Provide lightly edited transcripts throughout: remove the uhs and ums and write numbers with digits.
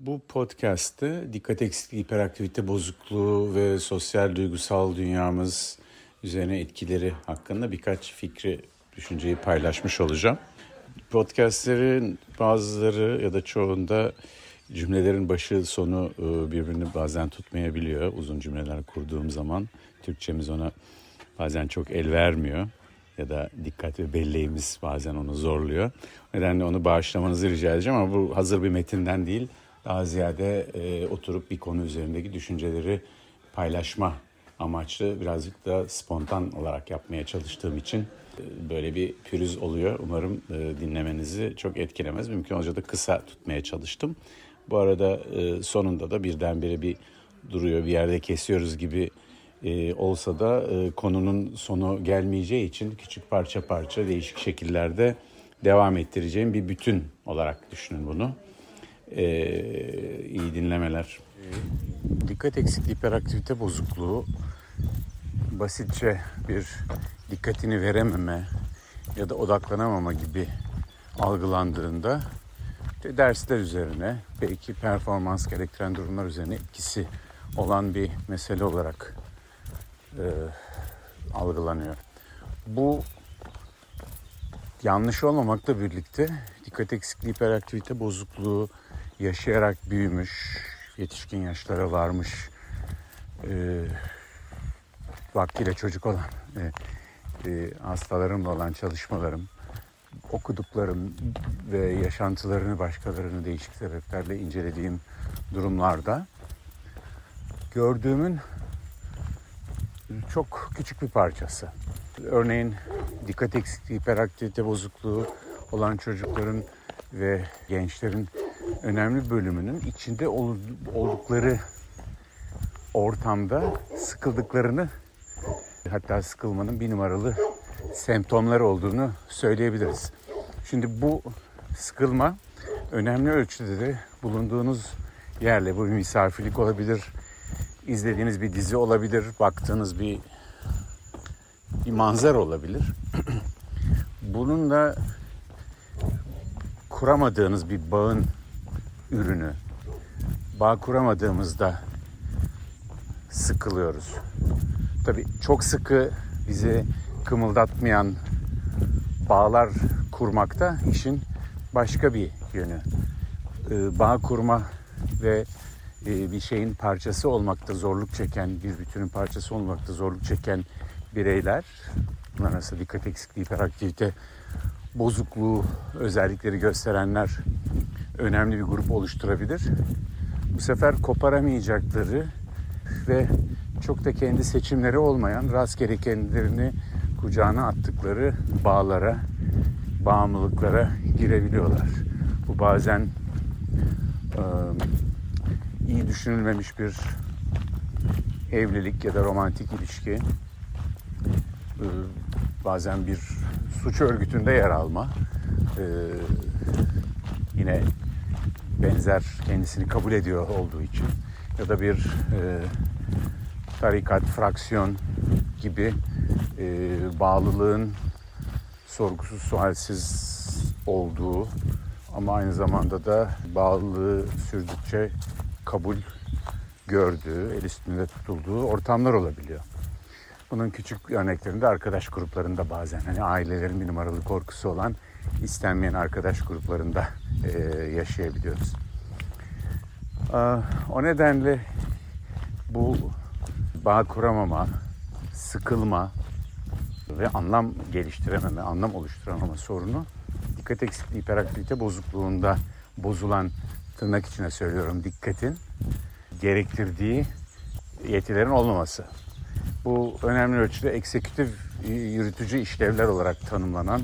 Bu podcast'te dikkat eksikliği, hiperaktivite bozukluğu ve sosyal duygusal dünyamız üzerine etkileri hakkında birkaç fikri, düşünceyi paylaşmış olacağım. Podcast'lerin bazıları ya da çoğunda cümlelerin başı sonu birbirini bazen tutmayabiliyor. Uzun cümleler kurduğum zaman Türkçemiz ona bazen çok el vermiyor ya da dikkat ve belleğimiz bazen onu zorluyor. O nedenle onu bağışlamanızı rica edeceğim ama bu hazır bir metinden değil. Daha ziyade oturup bir konu üzerindeki düşünceleri paylaşma amaçlı birazcık da spontan olarak yapmaya çalıştığım için böyle bir pürüz oluyor. Umarım dinlemenizi çok etkilemez. Mümkün olunca da kısa tutmaya çalıştım. Bu arada sonunda da birdenbire bir duruyor, bir yerde kesiyoruz gibi olsa da konunun sonu gelmeyeceği için küçük parça parça değişik şekillerde devam ettireceğim bir bütün olarak düşünün bunu. İyi dinlemeler. Dikkat eksikliği, hiperaktivite bozukluğu basitçe bir dikkatini verememe ya da odaklanamama gibi algılandığında dersler üzerine, belki performans gerektiren durumlar üzerine etkisi olan bir mesele olarak algılanıyor. Bu yanlış olmamakla birlikte dikkat eksikliği, hiperaktivite bozukluğu yaşayarak büyümüş, yetişkin yaşlara varmış, vaktiyle çocuk olan hastalarımla olan çalışmalarım, okuduklarım ve yaşantılarını başkalarını değişik sebeplerle incelediğim durumlarda gördüğümün çok küçük bir parçası. Örneğin dikkat eksikliği, hiperaktivite bozukluğu olan çocukların ve gençlerin önemli bölümünün içinde oldukları ortamda sıkıldıklarını, hatta sıkılmanın bir numaralı semptomları olduğunu söyleyebiliriz. Şimdi bu sıkılma önemli ölçüde de bulunduğunuz yerle, bu bir misafirlik olabilir, izlediğiniz bir dizi olabilir, baktığınız bir manzara olabilir. Bununla kuramadığınız bir bağın ürünü. Bağ kuramadığımızda sıkılıyoruz. Tabii çok sıkı bizi kımıldatmayan bağlar kurmakta işin başka bir yönü. Bağ kurma ve bir şeyin parçası olmakta zorluk çeken, bir bütünün parçası olmakta zorluk çeken bireyler, bunlar arasında dikkat eksikliği, hiperaktivite bozukluğu özellikleri gösterenler önemli bir grup oluşturabilir. Bu sefer koparamayacakları ve çok da kendi seçimleri olmayan, rastgele kendilerini kucağına attıkları bağlara, bağımlılıklara girebiliyorlar. Bu bazen iyi düşünülmemiş bir evlilik ya da romantik ilişki, bazen bir suç örgütünde yer alma, yine benzer kendisini kabul ediyor olduğu için ya da bir tarikat, fraksiyon gibi bağlılığın sorgusuz sualsiz olduğu ama aynı zamanda da bağlılığı sürdükçe kabul gördüğü, el üstünde tutulduğu ortamlar olabiliyor. Bunun küçük örneklerinde arkadaş gruplarında bazen, hani ailelerin bir numaralı korkusu olan istenmeyen arkadaş gruplarında yaşayabiliyoruz. O nedenle bu bağ kuramama, sıkılma ve anlam geliştirememe, anlam oluşturamama sorunu dikkat eksikliği, hiperaktivite bozukluğunda bozulan, tırnak içine söylüyorum, dikkatin gerektirdiği yetilerin olmaması. Bu önemli ölçüde eksekütif, yürütücü işlevler olarak tanımlanan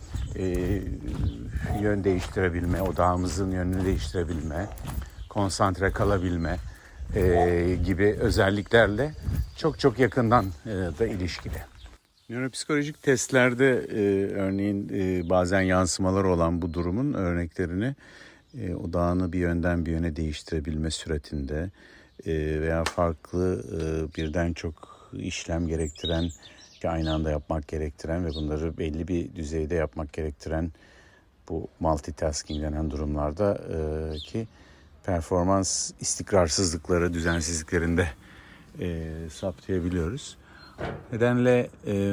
yön değiştirebilme, odağımızın yönünü değiştirebilme, konsantre kalabilme gibi özelliklerle çok yakından da ilişkili. Nöropsikolojik testlerde örneğin bazen yansımaları olan bu durumun örneklerini odağını bir yönden bir yöne değiştirebilme süretinde veya farklı birden çok işlem gerektiren, aynı anda yapmak gerektiren ve bunları belli bir düzeyde yapmak gerektiren bu multitasking denen durumlarda ki performans istikrarsızlıkları, düzensizliklerinde saptayabiliyoruz. Nedenle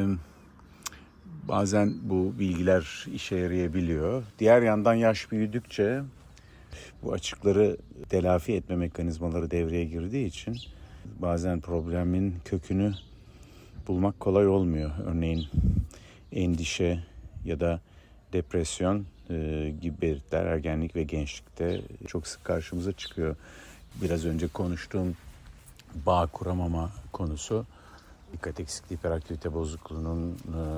bazen bu bilgiler işe yarayabiliyor. Diğer yandan yaş büyüdükçe bu açıkları telafi etme mekanizmaları devreye girdiği için bazen problemin kökünü bulmak kolay olmuyor. Örneğin endişe ya da depresyon gibi belirtiler ergenlik ve gençlikte çok sık karşımıza çıkıyor. Biraz önce konuştuğum bağ kuramama konusu, dikkat eksikliği, hiperaktivite bozukluğunun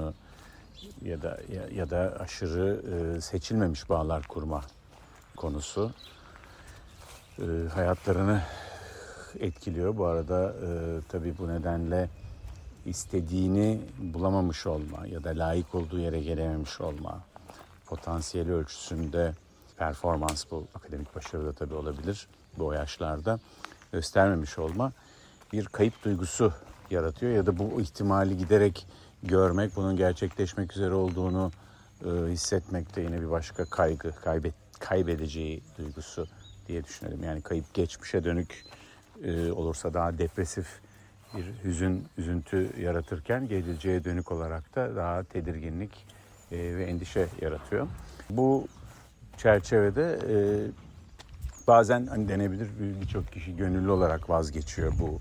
ya da aşırı seçilmemiş bağlar kurma konusu hayatlarını etkiliyor. Bu arada tabii bu nedenle istediğini bulamamış olma ya da layık olduğu yere gelememiş olma, potansiyeli ölçüsünde performans, bu akademik başarı da tabii olabilir bu yaşlarda, göstermemiş olma bir kayıp duygusu yaratıyor ya da bu ihtimali giderek görmek, bunun gerçekleşmek üzere olduğunu hissetmek de yine bir başka kaygı, kaybedeceği duygusu diye düşünelim. Yani kayıp geçmişe dönük olursa daha depresif bir üzüntü yaratırken geleceğe dönük olarak da daha tedirginlik ve endişe yaratıyor. Bu çerçevede bazen hani denebilir, birçok kişi gönüllü olarak vazgeçiyor bu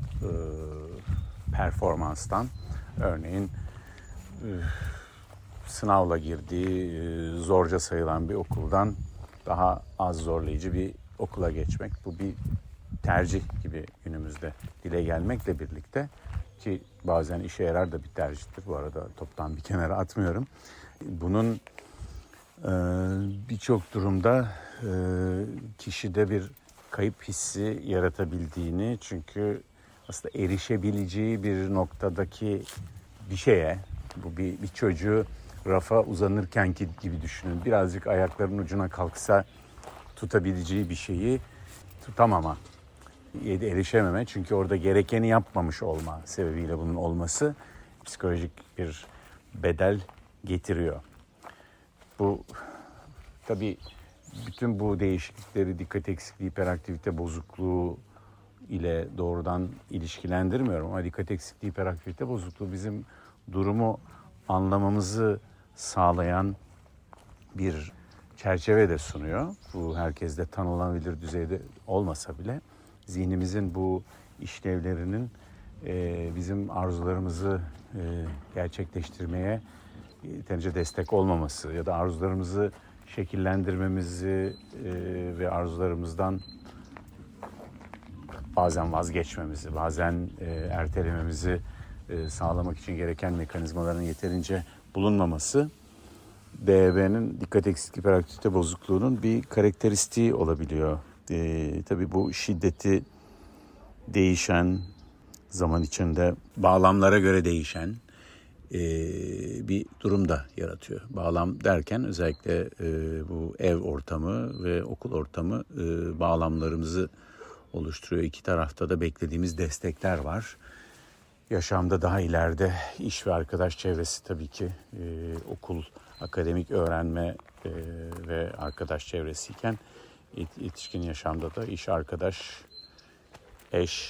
performanstan. Örneğin sınavla girdiği zorca sayılan bir okuldan daha az zorlayıcı bir okula geçmek. Bu bir tercih gibi günümüzde dile gelmekle birlikte, ki bazen işe yarar da bir tercihtir. Bu arada toptan bir kenara atmıyorum. Bunun birçok durumda kişide bir kayıp hissi yaratabildiğini, çünkü aslında erişebileceği bir noktadaki bir şeye, bu bir çocuğu rafa uzanırken gibi düşünün. Birazcık ayaklarının ucuna kalksa tutabileceği bir şeyi tutamama, erişememe, çünkü orada gerekeni yapmamış olma sebebiyle bunun olması psikolojik bir bedel getiriyor. Bu tabii bütün bu değişiklikleri dikkat eksikliği, hiperaktivite bozukluğu ile doğrudan ilişkilendirmiyorum ama dikkat eksikliği, hiperaktivite bozukluğu bizim durumu anlamamızı sağlayan bir çerçeve de sunuyor. Bu herkeste tanınabilir düzeyde olmasa bile zihnimizin bu işlevlerinin bizim arzularımızı gerçekleştirmeye yeterince destek olmaması ya da arzularımızı şekillendirmemizi ve arzularımızdan bazen vazgeçmemizi, bazen ertelememizi sağlamak için gereken mekanizmaların yeterince bulunmaması DEB'nin, dikkat eksikliği hiperaktivite bozukluğunun bir karakteristiği olabiliyor. Tabii bu şiddeti değişen, zaman içinde bağlamlara göre değişen bir durum da yaratıyor. Bağlam derken özellikle bu ev ortamı ve okul ortamı bağlamlarımızı oluşturuyor. İki tarafta da beklediğimiz destekler var. Yaşamda daha ileride iş ve arkadaş çevresi tabii ki okul, akademik öğrenme ve arkadaş çevresiyken yetişkin yaşamda da iş, arkadaş, eş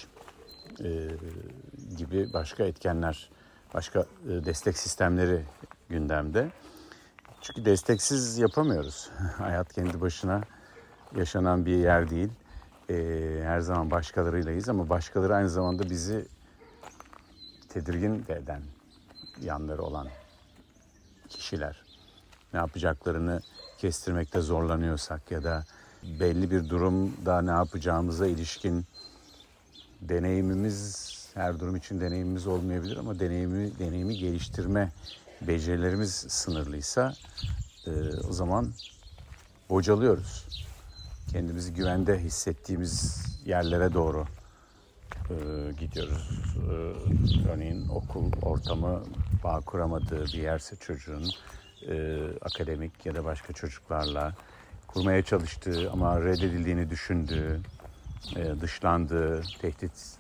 gibi başka etkenler, başka destek sistemleri gündemde. Çünkü desteksiz yapamıyoruz. Hayat kendi başına yaşanan bir yer değil. Her zaman başkalarıylayız ama başkaları aynı zamanda bizi tedirgin eden yanları olan kişiler. Ne yapacaklarını kestirmekte zorlanıyorsak ya da belli bir durumda ne yapacağımıza ilişkin deneyimimiz, her durum için deneyimimiz olmayabilir ama deneyimi geliştirme becerilerimiz sınırlıysa o zaman bocalıyoruz. Kendimizi güvende hissettiğimiz yerlere doğru gidiyoruz. Örneğin okul ortamı bağ kuramadığı bir yerse çocuğun akademik ya da başka çocuklarla kurmaya çalıştığı ama reddedildiğini düşündüğü, dışlandığı, tehdit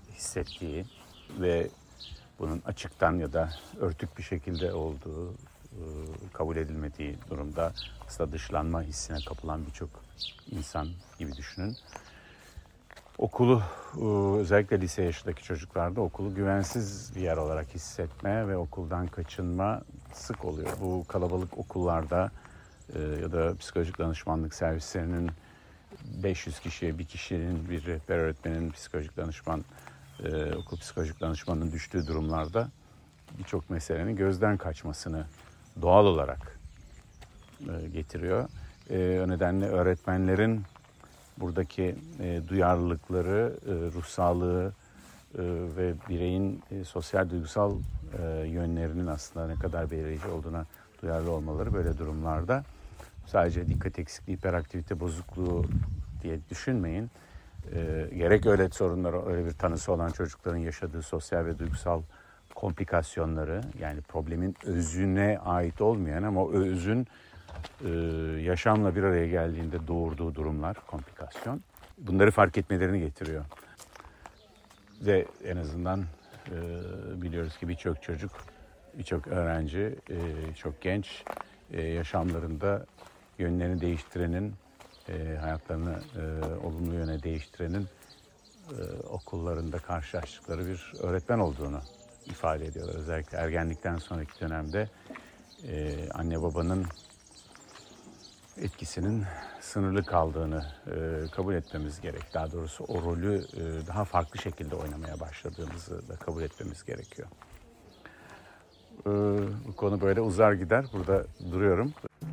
hissettiği ve bunun açıktan ya da örtük bir şekilde olduğu kabul edilmediği durumda aslında dışlanma hissine kapılan birçok insan gibi düşünün. Okulu, özellikle lise yaşındaki çocuklarda okulu güvensiz bir yer olarak hissetme ve okuldan kaçınma sık oluyor. Bu kalabalık okullarda ya da psikolojik danışmanlık servislerinin 500 kişiye bir kişinin, bir rehber öğretmenin, psikolojik danışman, okul psikolojik danışmanının düştüğü durumlarda birçok meselenin gözden kaçmasını doğal olarak getiriyor. O nedenle öğretmenlerin buradaki duyarlılıkları, ruh sağlığı ve bireyin sosyal duygusal yönlerinin aslında ne kadar belirleyici olduğuna duyarlı olmaları böyle durumlarda sadece dikkat eksikliği, hiperaktivite bozukluğu diye düşünmeyin. Gerek öyle sorunları, öyle bir tanısı olan çocukların yaşadığı sosyal ve duygusal komplikasyonları, yani problemin özüne ait olmayan ama o özün yaşamla bir araya geldiğinde doğurduğu durumlar, komplikasyon. Bunları fark etmelerini getiriyor. Ve en azından biliyoruz ki birçok çocuk, birçok öğrenci, çok genç yaşamlarında yönlerini değiştirenin, hayatlarını olumlu yöne değiştirenin okullarında karşılaştıkları bir öğretmen olduğunu ifade ediyorlar. Özellikle ergenlikten sonraki dönemde anne babanın etkisinin sınırlı kaldığını kabul etmemiz gerek. Daha doğrusu o rolü daha farklı şekilde oynamaya başladığımızı da kabul etmemiz gerekiyor. Bu konu böyle uzar gider. Burada duruyorum.